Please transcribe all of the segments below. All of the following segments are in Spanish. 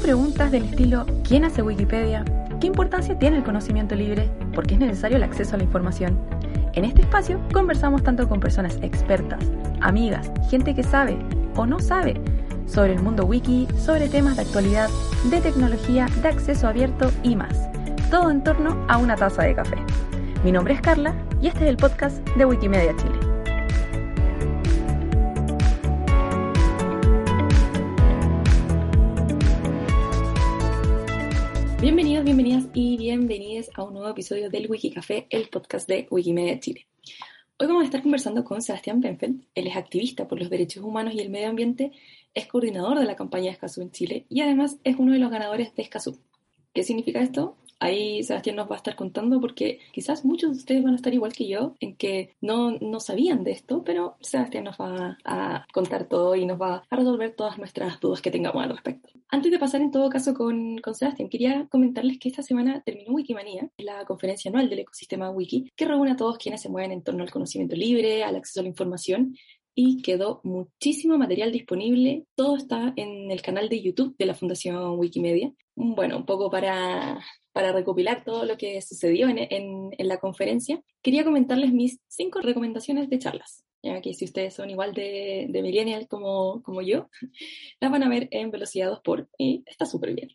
preguntas del estilo ¿quién hace Wikipedia? ¿Qué importancia tiene el conocimiento libre? ¿Por qué es necesario el acceso a la información? En este espacio conversamos tanto con personas expertas, amigas, gente que sabe o no sabe sobre el mundo wiki, sobre temas de actualidad, de tecnología, de acceso abierto y más. Todo en torno a una taza de café. Mi nombre es Carla y este es el podcast de Wikimedia Chile. Bienvenidos, bienvenidas y bienvenidos a un nuevo episodio del Wikicafé, el podcast de Wikimedia Chile. Hoy vamos a estar conversando con Sebastián Benfeld. Él es activista por los derechos humanos y el medio ambiente, es coordinador de la campaña Escazú en Chile y además es uno de los ganadores de Escazú. ¿Qué significa esto? Ahí Sebastián nos va a estar contando porque quizás muchos de ustedes van a estar igual que yo en que no sabían de esto, pero Sebastián nos va a contar todo y nos va a resolver todas nuestras dudas que tengamos al respecto. Antes de pasar en todo caso con Sebastián, quería comentarles que esta semana terminó Wikimania, la conferencia anual del ecosistema Wiki, que reúne a todos quienes se mueven en torno al conocimiento libre, al acceso a la información, y quedó muchísimo material disponible. Todo está en el canal de YouTube de la Fundación Wikimedia. Bueno, un poco para recopilar todo lo que sucedió en la conferencia, quería comentarles mis 5 recomendaciones de charlas, ya que si ustedes son igual de millennial como yo, las van a ver en velocidad 2x y está súper bien.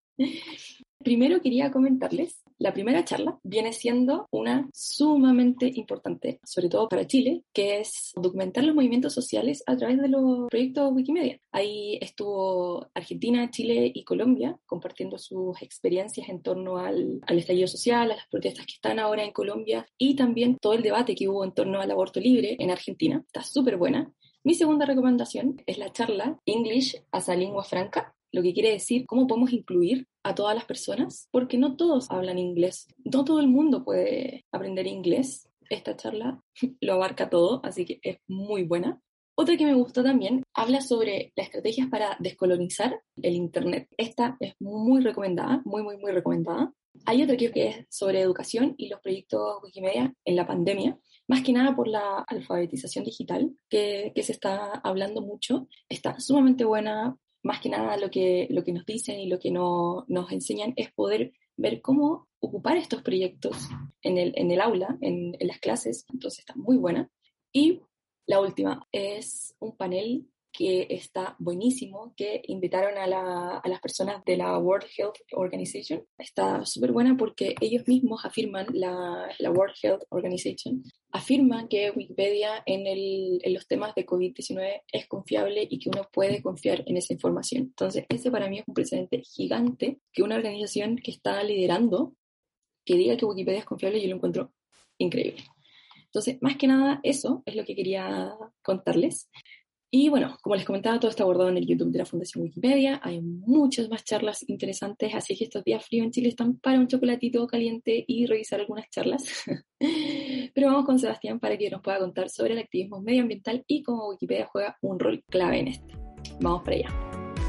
Primero quería comentarles, la primera charla viene siendo una sumamente importante, sobre todo para Chile, que es documentar los movimientos sociales a través de los proyectos Wikimedia. Ahí estuvo Argentina, Chile y Colombia compartiendo sus experiencias en torno al estallido social, a las protestas que están ahora en Colombia y también todo el debate que hubo en torno al aborto libre en Argentina. Está súper buena. Mi segunda recomendación es la charla English as a Lingua Franca, lo que quiere decir cómo podemos incluir a todas las personas, porque no todos hablan inglés, no todo el mundo puede aprender inglés. Esta charla lo abarca todo, así que es muy buena. Otra que me gustó también, habla sobre las estrategias para descolonizar el Internet. Esta es muy recomendada, muy recomendada. Hay otra que es sobre educación y los proyectos Wikimedia en la pandemia, más que nada por la alfabetización digital, que se está hablando mucho. Está sumamente buena. Más que nada lo que nos dicen y lo que nos enseñan es poder ver cómo ocupar estos proyectos en el aula, en las clases. Entonces está muy buena. Y la última es un panel que está buenísimo, que invitaron a las personas de la World Health Organization. Está súper buena porque ellos mismos afirman, la World Health Organization, afirma que Wikipedia en los temas de COVID-19 es confiable y que uno puede confiar en esa información. Entonces, ese para mí es un precedente gigante que una organización que está liderando, que diga que Wikipedia es confiable, yo lo encuentro increíble. Entonces, más que nada, eso es lo que quería contarles. Y bueno, como les comentaba, todo está guardado en el YouTube de la Fundación Wikimedia. Hay muchas más charlas interesantes, así que estos días fríos en Chile están para un chocolatito caliente y revisar algunas charlas. Pero vamos con Sebastián para que nos pueda contar sobre el activismo medioambiental y cómo Wikipedia juega un rol clave en este. Vamos para allá.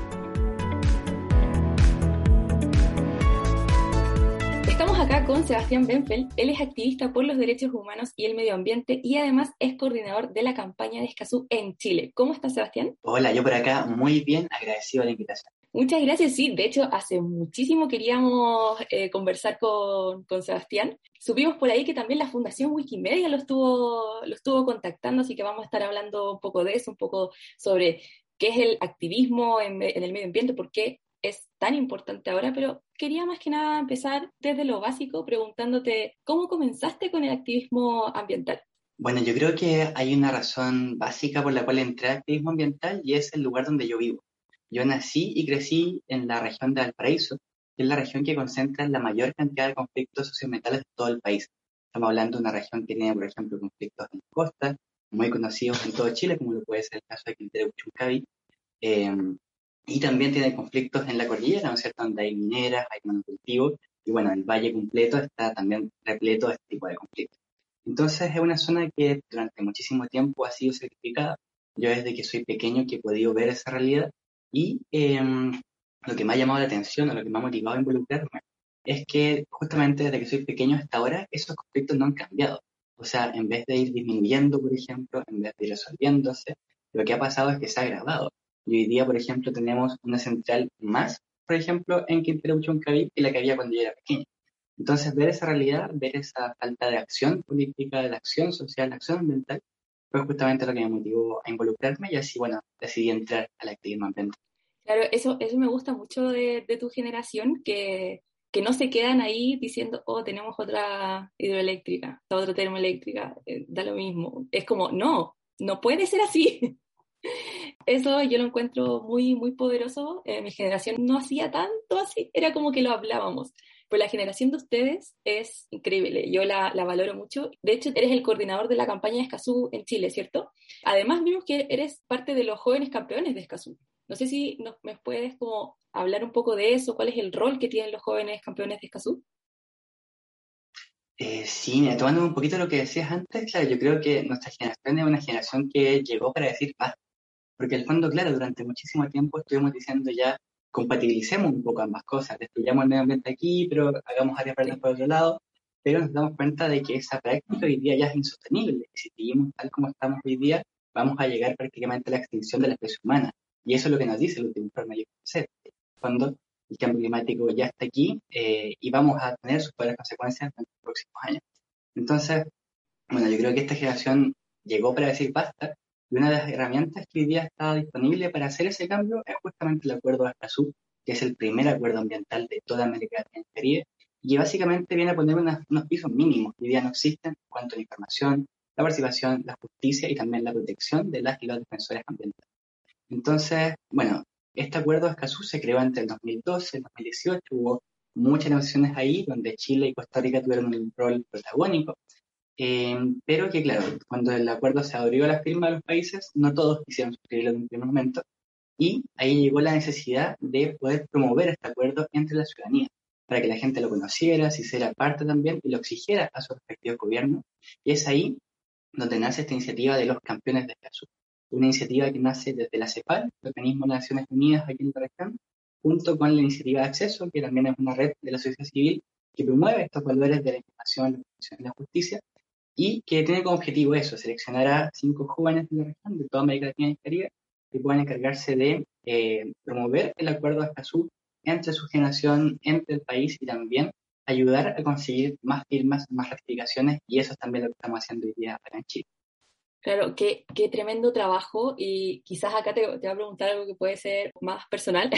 Estamos acá con Sebastián Benfeld. Él es activista por los derechos humanos y el medio ambiente y además es coordinador de la campaña de Escazú en Chile. ¿Cómo estás, Sebastián? Hola, yo por acá muy bien, agradecido a la invitación. Muchas gracias, sí, de hecho hace muchísimo queríamos conversar con Sebastián. Supimos por ahí que también la Fundación Wikimedia lo estuvo contactando, así que vamos a estar hablando un poco de eso, un poco sobre qué es el activismo en el medio ambiente, por qué es tan importante ahora, pero quería más que nada empezar desde lo básico preguntándote ¿cómo comenzaste con el activismo ambiental? Bueno, yo creo que hay una razón básica por la cual entré al activismo ambiental y es el lugar donde yo vivo. Yo nací y crecí en la región de Valparaíso, que es la región que concentra la mayor cantidad de conflictos socioambientales de todo el país. Estamos hablando de una región que tiene, por ejemplo, conflictos en la costa, muy conocidos en todo Chile, como lo puede ser el caso de Quintero Puchuncaví, y también tiene conflictos en la cordillera, ¿no es cierto?, donde hay mineras, hay monocultivos, y bueno, el valle completo está también repleto de este tipo de conflictos. Entonces es una zona que durante muchísimo tiempo ha sido sacrificada. Yo desde que soy pequeño que he podido ver esa realidad y lo que me ha llamado la atención o lo que me ha motivado a involucrarme es que justamente desde que soy pequeño hasta ahora esos conflictos no han cambiado. O sea, en vez de ir disminuyendo, por ejemplo, en vez de ir resolviéndose, lo que ha pasado es que se ha agravado. Y hoy día, por ejemplo, tenemos una central más por ejemplo, en Quintero Puchuncaví que la que había cuando yo era pequeño. Entonces, ver esa realidad, ver esa falta de acción política, de acción social, de acción ambiental, fue justamente lo que me motivó a involucrarme y así, bueno, decidí entrar al activismo ambiental. Claro, eso me gusta mucho de tu generación, que no se quedan ahí diciendo, oh, tenemos otra hidroeléctrica, otra termoeléctrica, da lo mismo. Es como, no, no puede ser así. Eso yo lo encuentro muy, muy poderoso. Mi generación no hacía tanto así, era como que lo hablábamos. Pero la generación de ustedes es increíble, yo la valoro mucho. De hecho, eres el coordinador de la campaña de Escazú en Chile, ¿cierto? Además, vimos que eres parte de los jóvenes campeones de Escazú. No sé si me puedes como hablar un poco de eso, cuál es el rol que tienen los jóvenes campeones de Escazú. Sí, mira, tomando un poquito lo que decías antes, claro, yo creo que nuestra generación es una generación que llegó para decir basta, porque en el fondo, claro, durante muchísimo tiempo estuvimos diciendo ya, compatibilicemos un poco ambas cosas, destruyamos el medio ambiente aquí, pero hagamos áreas verdes Sí. por otro lado, pero nos damos cuenta de que esa práctica hoy día ya es insostenible, y si seguimos tal como estamos hoy día, vamos a llegar prácticamente a la extinción de la especie humana, y eso es lo que nos dice el último informe de UNICEF, cuando el cambio climático ya está aquí y vamos a tener sus peores consecuencias en los próximos años. Entonces, bueno, yo creo que esta generación llegó para decir basta, y una de las herramientas que hoy día está disponible para hacer ese cambio es justamente el Acuerdo de Escazú, que es el primer acuerdo ambiental de toda América Latina y el Caribe, y que básicamente viene a poner unos pisos mínimos que hoy día no existen en cuanto a la información, la participación, la justicia y también la protección de las y los defensores ambientales. Entonces, bueno, este acuerdo de Escazú se creó entre el 2012 y el 2018, hubo muchas negociaciones ahí donde Chile y Costa Rica tuvieron un rol protagónico, pero que claro, cuando el acuerdo se abrió a la firma de los países, no todos quisieron suscribirlo en un primer momento, y ahí llegó la necesidad de poder promover este acuerdo entre la ciudadanía, para que la gente lo conociera, se hiciera parte también y lo exigiera a su respectivo gobierno, y es ahí donde nace esta iniciativa de los campeones de Escazú, una iniciativa que nace desde la CEPAL, el Organismo de Naciones Unidas aquí en la región, junto con la iniciativa de acceso, que también es una red de la sociedad civil que promueve estos valores de la información, la protección y la justicia, y que tiene como objetivo eso, seleccionar a 5 jóvenes de la región, de toda América Latina y el Caribe, que puedan encargarse de promover el acuerdo de Escazú entre su generación, entre el país y también ayudar a conseguir más firmas, más ratificaciones, y eso es también lo que estamos haciendo hoy día acá en Chile. Claro, qué tremendo trabajo y quizás acá te voy a preguntar algo que puede ser más personal,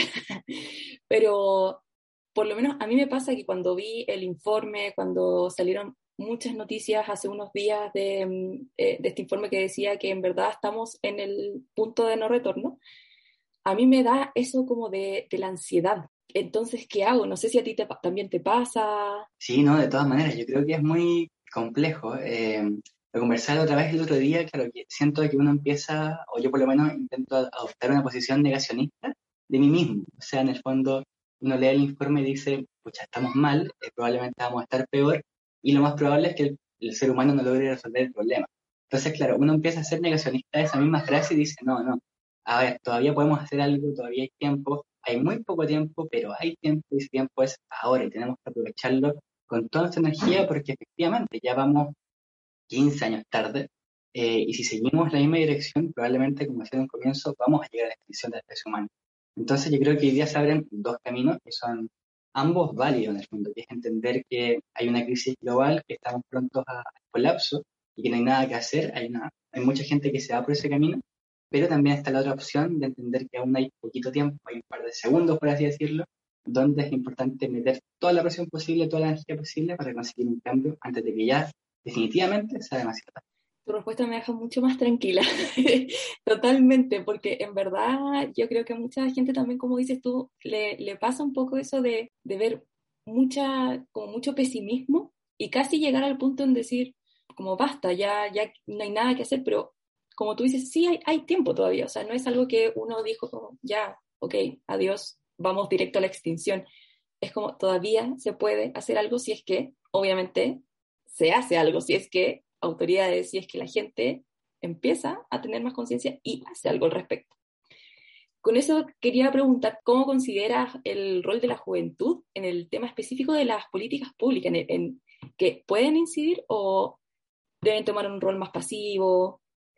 pero por lo menos a mí me pasa que cuando vi el informe, cuando salieron muchas noticias hace unos días de este informe que decía que en verdad estamos en el punto de no retorno, a mí me da eso como de la ansiedad. Entonces, ¿qué hago? No sé si a ti también te pasa. Sí, no, de todas maneras, yo creo que es muy complejo. Lo conversaba otra vez el otro día, claro, que siento que uno empieza, o yo por lo menos intento adoptar una posición negacionista de mí mismo. O sea, en el fondo, uno lee el informe y dice, pucha, estamos mal, probablemente vamos a estar peor, y lo más probable es que el ser humano no logre resolver el problema. Entonces, claro, uno empieza a ser negacionista de esa misma frase y dice, no, no, a ver, todavía podemos hacer algo, todavía hay tiempo, hay muy poco tiempo, pero hay tiempo y ese tiempo es ahora y tenemos que aprovecharlo con toda nuestra energía porque efectivamente ya vamos 15 años tarde y si seguimos la misma dirección, probablemente, como decía en un comienzo, vamos a llegar a la extinción de la especie humana. Entonces yo creo que hoy día se abren dos caminos que son ambos válidos en el fondo, que es entender que hay una crisis global, que estamos prontos al colapso y que no hay nada que hacer, hay mucha gente que se va por ese camino, pero también está la otra opción de entender que aún hay poquito tiempo, hay un par de segundos, por así decirlo, donde es importante meter toda la presión posible, toda la energía posible para conseguir un cambio antes de que ya definitivamente sea demasiado tarde. Tu respuesta me deja mucho más tranquila, totalmente, porque en verdad yo creo que a mucha gente también, como dices tú, le pasa un poco eso de ver como mucho pesimismo y casi llegar al punto en decir, como basta, ya no hay nada que hacer, pero como tú dices, sí hay tiempo todavía, o sea, no es algo que uno dijo como, ya, ok, adiós, vamos directo a la extinción. Es como todavía se puede hacer algo si es que, obviamente, se hace algo, si es que autoridades, si es que la gente empieza a tener más conciencia y hace algo al respecto. Con eso quería preguntar, ¿cómo consideras el rol de la juventud en el tema específico de las políticas públicas, que pueden incidir o deben tomar un rol más pasivo?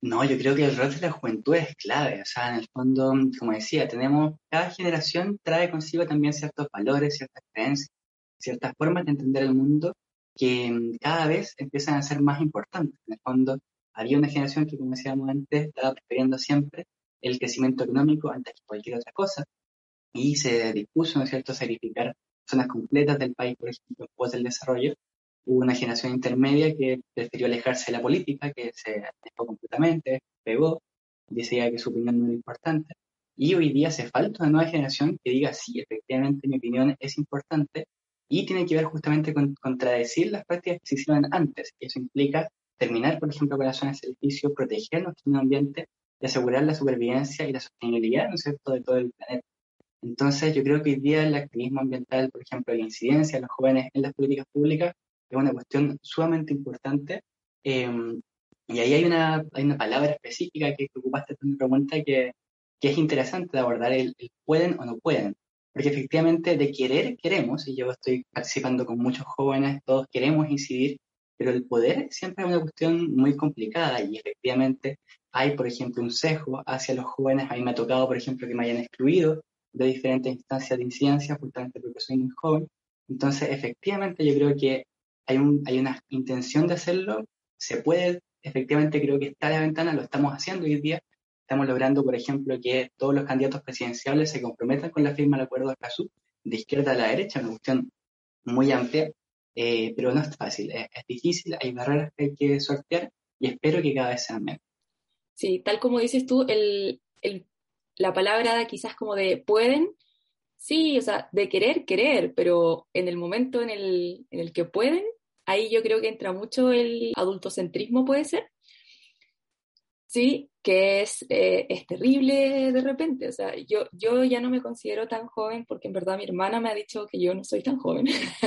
No, yo creo que el rol de la juventud es clave. O sea, en el fondo, como decía, cada generación trae consigo también ciertos valores, ciertas creencias, ciertas formas de entender el mundo que cada vez empiezan a ser más importantes. En el fondo, había una generación que, como decíamos antes, estaba prefiriendo siempre el crecimiento económico antes que cualquier otra cosa y se dispuso, ¿no es cierto?, sacrificar zonas completas del país, por ejemplo, después del desarrollo. Hubo una generación intermedia que prefirió alejarse de la política, que se alejó completamente, pegó, decía que su opinión no era importante. Y hoy día hace falta una nueva generación que diga, sí, efectivamente mi opinión es importante y tiene que ver justamente con contradecir las prácticas que se hicieron antes. Eso implica terminar, por ejemplo, con las zonas de servicio, proteger nuestro medio ambiente y asegurar la supervivencia y la sostenibilidad, ¿no es cierto?, de todo el planeta. Entonces, yo creo que hoy día el activismo ambiental, por ejemplo, la incidencia de los jóvenes en las políticas públicas, es una cuestión sumamente importante. eh, y ahí hay una palabra específica que ocupaste en tu pregunta que es interesante de abordar, el pueden o no pueden. Porque efectivamente de querer queremos, y yo estoy participando con muchos jóvenes, todos queremos incidir, pero el poder siempre es una cuestión muy complicada y efectivamente hay, por ejemplo, un sesgo hacia los jóvenes. A mí me ha tocado, por ejemplo, que me hayan excluido de diferentes instancias de incidencia, justamente porque soy muy joven. Entonces, efectivamente, yo creo que hay una intención de hacerlo, se puede, efectivamente creo que está a la ventana, lo estamos haciendo hoy día, estamos logrando, por ejemplo, que todos los candidatos presidenciales se comprometan con la firma del acuerdo de Escazú, de izquierda a la derecha, una cuestión muy amplia, pero no es fácil, es difícil, hay barreras que hay que sortear y espero que cada vez sean menos. Sí, tal como dices tú, la palabra quizás como de pueden, sí, o sea, de querer, querer, pero en el momento en el que pueden, ahí yo creo que entra mucho el adultocentrismo, puede ser, sí, que es terrible de repente. O sea, yo ya no me considero tan joven porque en verdad mi hermana me ha dicho que yo no soy tan joven,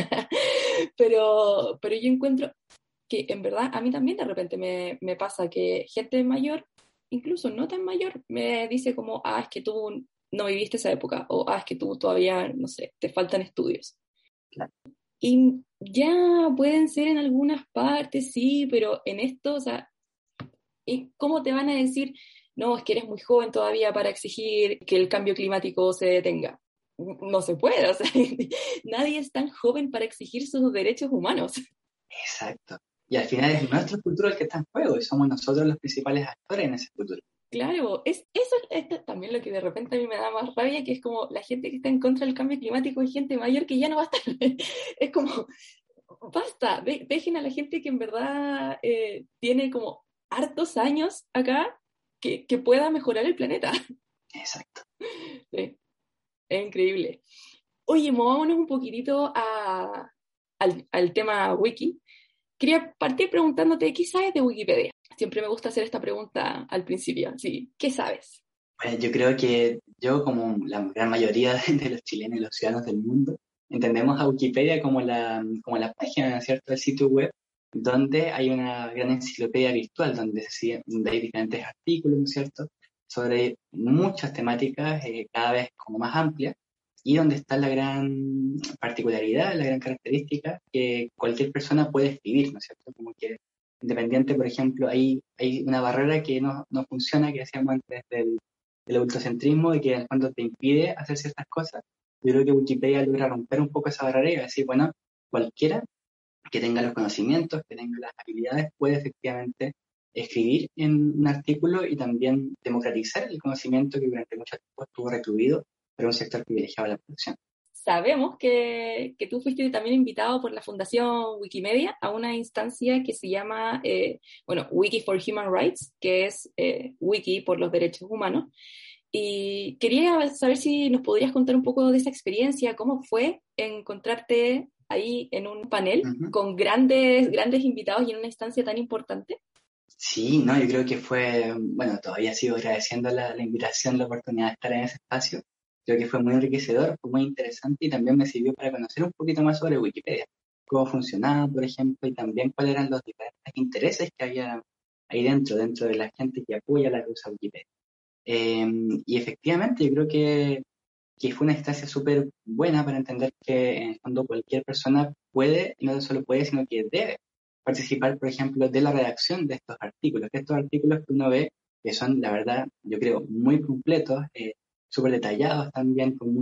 pero yo encuentro que en verdad a mí también de repente me pasa que gente mayor, incluso no tan mayor, me dice como, ah, es que tú no viviste esa época, o ah, es que tú todavía, no sé, te faltan estudios. Claro. Y ya pueden ser en algunas partes, sí, pero en esto, o sea, ¿y cómo te van a decir, no, es que eres muy joven todavía para exigir que el cambio climático se detenga? No se puede, o sea, nadie es tan joven para exigir sus derechos humanos. Exacto. Y al final es nuestro futuro el que está en juego y somos nosotros los principales actores en ese futuro. Claro, eso es también lo que de repente a mí me da más rabia, que es como la gente que está en contra del cambio climático y gente mayor que ya no va a estar. Es como, basta, dejen a la gente que en verdad tiene como hartos años acá que pueda mejorar el planeta. Exacto. Sí, es increíble. Oye, movámonos un poquitito al tema wiki. Quería partir preguntándote, ¿qué sabes de Wikipedia? Siempre me gusta hacer esta pregunta al principio, sí, ¿qué sabes? Pues yo creo que yo, como la gran mayoría de los chilenos y los ciudadanos del mundo, entendemos a Wikipedia como la página, ¿no es cierto?, del sitio web, donde hay una gran enciclopedia virtual, donde hay diferentes artículos, ¿no es cierto?, sobre muchas temáticas, cada vez como más amplias, y donde está la gran particularidad, la gran característica que cualquier persona puede escribir, ¿no es cierto?, como que independiente, por ejemplo, hay una barrera que no funciona, que decíamos antes del autocentrismo y que en el fondo te impide hacer ciertas cosas. Yo creo que Wikipedia logra romper un poco esa barrera y decir, bueno, cualquiera que tenga los conocimientos, que tenga las habilidades, puede efectivamente escribir en un artículo y también democratizar el conocimiento que durante mucho tiempo estuvo recluido por un sector privilegiado de la población. Sabemos que tú fuiste también invitado por la Fundación Wikimedia a una instancia que se llama, bueno, Wiki for Human Rights, que es Wiki por los derechos humanos. Y quería saber si nos podrías contar un poco de esa experiencia, cómo fue encontrarte ahí en un panel Ujú. con grandes, grandes invitados y en una instancia tan importante. Sí, no, yo creo que fue, bueno, todavía sigo agradeciendo la invitación, la oportunidad de estar en ese espacio. Creo que fue muy enriquecedor, fue muy interesante y también me sirvió para conocer un poquito más sobre Wikipedia, cómo funcionaba, por ejemplo, y también cuáles eran los diferentes intereses que había ahí dentro de la gente que apoya la causa Wikipedia. Eh, y efectivamente, yo creo que fue una instancia súper buena para entender que en el fondo cualquier persona puede, y no solo puede, sino que debe participar, por ejemplo, de la redacción de estos artículos, que estos artículos que uno ve, que son, la verdad, yo creo, muy completos, súper detallados también, con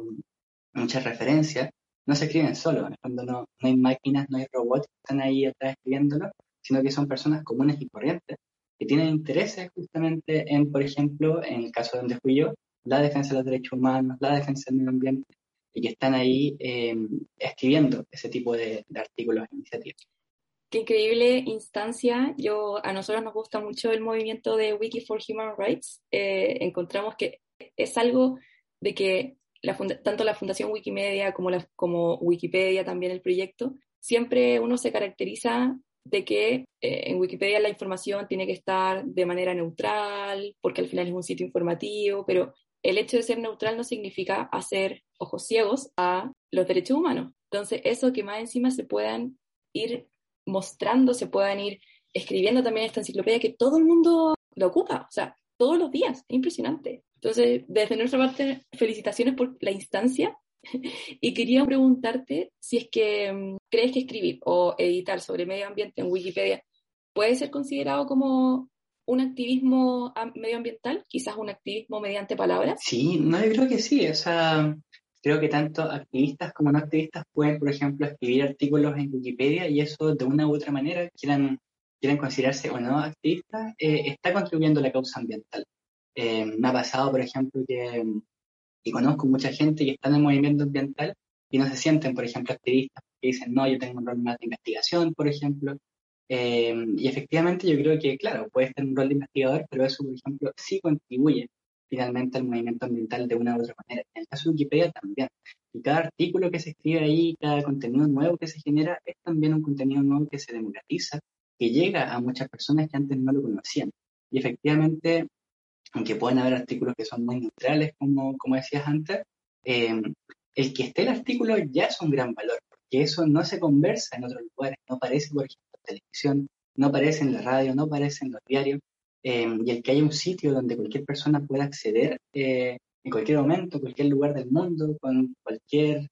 muchas referencias, no se escriben solos, en el fondo no hay máquinas, no hay robots que están ahí atrás escribiéndolo, sino que son personas comunes y corrientes que tienen intereses justamente en, por ejemplo, en el caso donde fui yo, la defensa de los derechos humanos, la defensa del medio ambiente, y que están ahí escribiendo ese tipo de artículos e iniciativas. Qué increíble instancia. A nosotros nos gusta mucho el movimiento de Wiki for Human Rights. Encontramos que es algo de que tanto la Fundación Wikimedia como Wikipedia, también el proyecto, siempre uno se caracteriza de que en Wikipedia la información tiene que estar de manera neutral, porque al final es un sitio informativo, pero el hecho de ser neutral no significa hacer ojos ciegos a los derechos humanos. Entonces, eso que más encima se puedan ir mostrando, se puedan ir escribiendo también esta enciclopedia que todo el mundo lo ocupa, o sea, todos los días, es impresionante. Entonces, desde nuestra parte, felicitaciones por la instancia y quería preguntarte si es que crees que escribir o editar sobre medio ambiente en Wikipedia puede ser considerado como un activismo medioambiental, quizás un activismo mediante palabras. Sí, no, yo creo que sí, o sea, creo que tanto activistas como no activistas pueden, por ejemplo, escribir artículos en Wikipedia y eso de una u otra manera, quieran considerarse o no activistas, está contribuyendo a la causa ambiental. Me ha pasado, por ejemplo, que conozco mucha gente que está en el movimiento ambiental y no se sienten, por ejemplo, activistas, que dicen, no, yo tengo un rol más de investigación, por ejemplo. Y efectivamente yo creo que, claro, puedes tener un rol de investigador, pero eso, por ejemplo, sí contribuye finalmente al movimiento ambiental de una u otra manera. En el caso de Wikipedia también. Y cada artículo que se escribe ahí, cada contenido nuevo que se genera, es también un contenido nuevo que se democratiza, que llega a muchas personas que antes no lo conocían. Y efectivamente, aunque pueden haber artículos que son muy neutrales, como decías antes, eh, el que esté el artículo ya es un gran valor, porque eso no se conversa en otros lugares, no aparece, por ejemplo, en televisión, no aparece en la radio, no aparece en los diarios, y el que haya un sitio donde cualquier persona pueda acceder en cualquier momento, cualquier lugar del mundo, con cualquier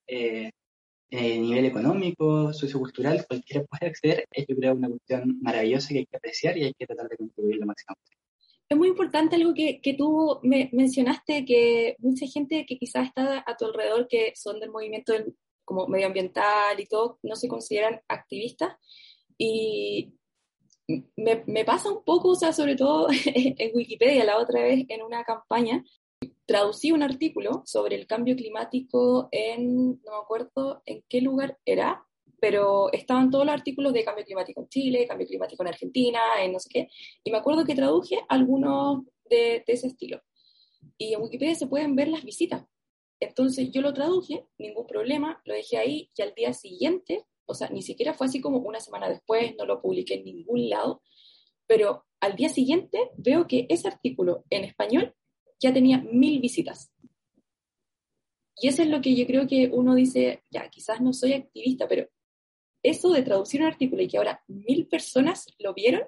nivel económico, sociocultural, cualquiera puede acceder, es yo creo una cuestión maravillosa que hay que apreciar y hay que tratar de contribuir lo máximo. Es muy importante algo que tú mencionaste, que mucha gente que quizás está a tu alrededor, que son del movimiento como medioambiental y todo, no se consideran activistas. Y me pasa un poco, o sea, sobre todo en Wikipedia, la otra vez en una campaña, traducí un artículo sobre el cambio climático no me acuerdo en qué lugar era, pero estaban todos los artículos de cambio climático en Chile, cambio climático en Argentina, en no sé qué, y me acuerdo que traduje algunos de ese estilo. Y en Wikipedia se pueden ver las visitas. Entonces yo lo traduje, ningún problema, lo dejé ahí y al día siguiente, o sea, ni siquiera fue así como una semana después, no lo publiqué en ningún lado, pero al día siguiente veo que ese artículo en español ya tenía 1000 visitas. Y eso es lo que yo creo que uno dice, ya, quizás no soy activista, pero eso de traducir un artículo y que ahora 1000 personas lo vieron,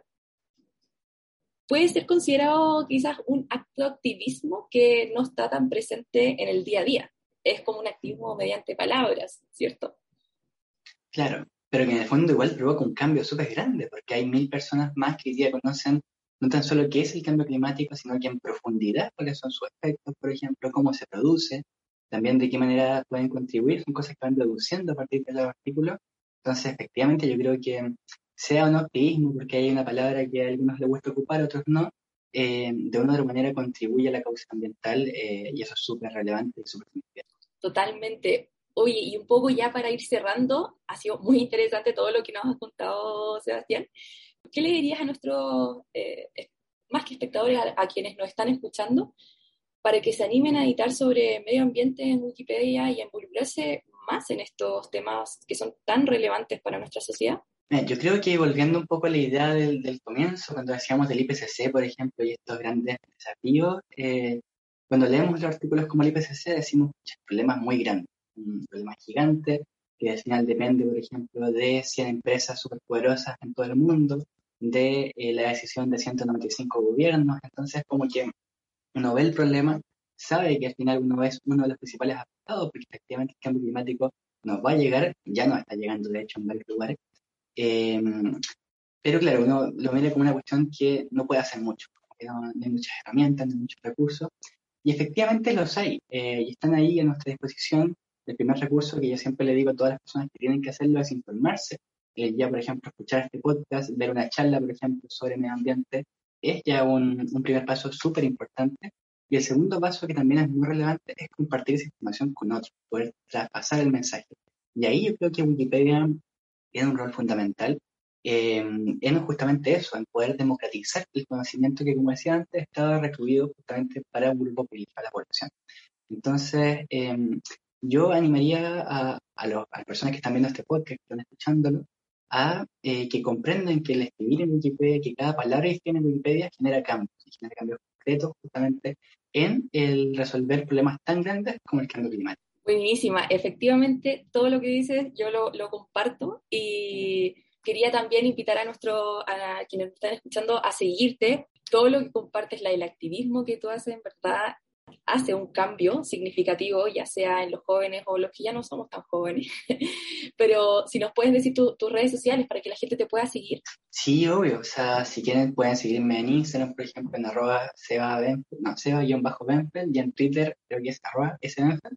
puede ser considerado quizás un acto de activismo que no está tan presente en el día a día. Es como un activismo mediante palabras, ¿cierto? Claro, pero que en el fondo igual provoca un cambio súper grande, porque hay 1000 personas más que hoy día conocen no tan solo qué es el cambio climático, sino que en profundidad cuáles son sus efectos, por ejemplo, cómo se produce, también de qué manera pueden contribuir, son cosas que van deduciendo a partir de los artículos. Entonces, efectivamente, yo creo que sea o no activismo, porque hay una palabra que a algunos les gusta ocupar, a otros no, de una u otra manera contribuye a la causa ambiental y eso es súper relevante y súper significativo. Totalmente. Oye, y un poco ya para ir cerrando, ha sido muy interesante todo lo que nos has contado, Sebastián. ¿Qué le dirías a nuestros, más que espectadores, a quienes nos están escuchando, para que se animen a editar sobre medio ambiente en Wikipedia y a involucrarse más en estos temas que son tan relevantes para nuestra sociedad? Yo creo que volviendo un poco a la idea del comienzo, cuando decíamos del IPCC, por ejemplo, y estos grandes desafíos, cuando leemos los artículos como el IPCC decimos que el problema es muy grande, un problema gigante, que al final depende, por ejemplo, de 100 empresas superpoderosas en todo el mundo, de la decisión de 195 gobiernos, entonces como que uno ve el problema, sabe que al final uno es uno de los principales afectados, porque efectivamente el cambio climático nos va a llegar, ya nos está llegando de hecho en varios lugares, Pero claro, uno lo mira como una cuestión que no puede hacer mucho, porque no hay muchas herramientas, no hay muchos recursos, y efectivamente los hay, y están ahí a nuestra disposición. El primer recurso que yo siempre le digo a todas las personas que tienen que hacerlo es informarse. Ya, por ejemplo, escuchar este podcast, ver una charla, por ejemplo, sobre medio ambiente, es ya un primer paso súper importante. Y el segundo paso, que también es muy relevante, es compartir esa información con otros, poder traspasar el mensaje. Y ahí yo creo que Wikipedia tiene un rol fundamental en justamente eso, en poder democratizar el conocimiento que, como decía antes, estaba recluido justamente para un grupo para la población. Entonces, yo animaría a las personas que están viendo este podcast, que están escuchándolo, a que comprendan que el escribir en Wikipedia, que cada palabra que escribe en Wikipedia genera cambios, y genera cambios concretos justamente en el resolver problemas tan grandes como el cambio climático. Buenísima, efectivamente todo lo que dices yo lo comparto, y quería también invitar a quienes nos están escuchando a seguirte. Todo lo que compartes, el activismo que tú haces, en verdad hace un cambio significativo, ya sea en los jóvenes o los que ya no somos tan jóvenes. Pero si nos puedes decir tus redes sociales para que la gente te pueda seguir. Sí, obvio. O sea, si quieren pueden seguirme en Instagram, por ejemplo, en @seba_benfeld, y en Twitter creo que es @sbenfeld.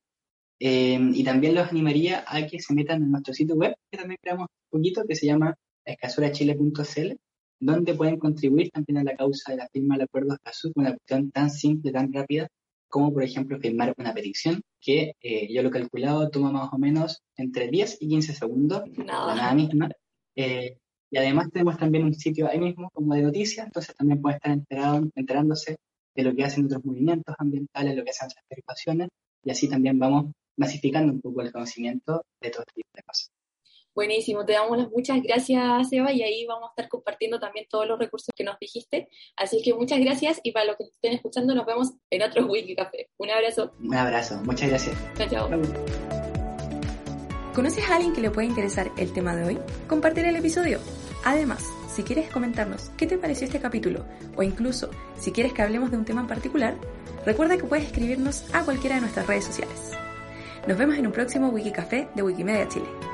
Y también los animaría a que se metan en nuestro sitio web, que también creamos un poquito, que se llama escasurachile.cl, donde pueden contribuir también a la causa de la firma del Acuerdo de Escazú, una cuestión tan simple, tan rápida, como por ejemplo firmar una petición, que yo lo he calculado, toma más o menos entre 10 y 15 segundos, la nada misma. Y además tenemos también un sitio ahí mismo como de noticias, entonces también pueden estar enterándose de lo que hacen otros movimientos ambientales, lo que hacen otras agrupaciones, y así también vamos masificando un poco el conocimiento de todo este tipo de cosas. Buenísimo, te damos las muchas gracias, Seba, y ahí vamos a estar compartiendo también todos los recursos que nos dijiste. Así que muchas gracias, y para los que estén escuchando, nos vemos en otro Wikicafé. Un abrazo. Un abrazo, muchas gracias. Chao, chao. Chau. ¿Conoces a alguien que le pueda interesar el tema de hoy? Compártele el episodio. Además, si quieres comentarnos qué te pareció este capítulo, o incluso si quieres que hablemos de un tema en particular, recuerda que puedes escribirnos a cualquiera de nuestras redes sociales. Nos vemos en un próximo Wikicafé de Wikimedia Chile.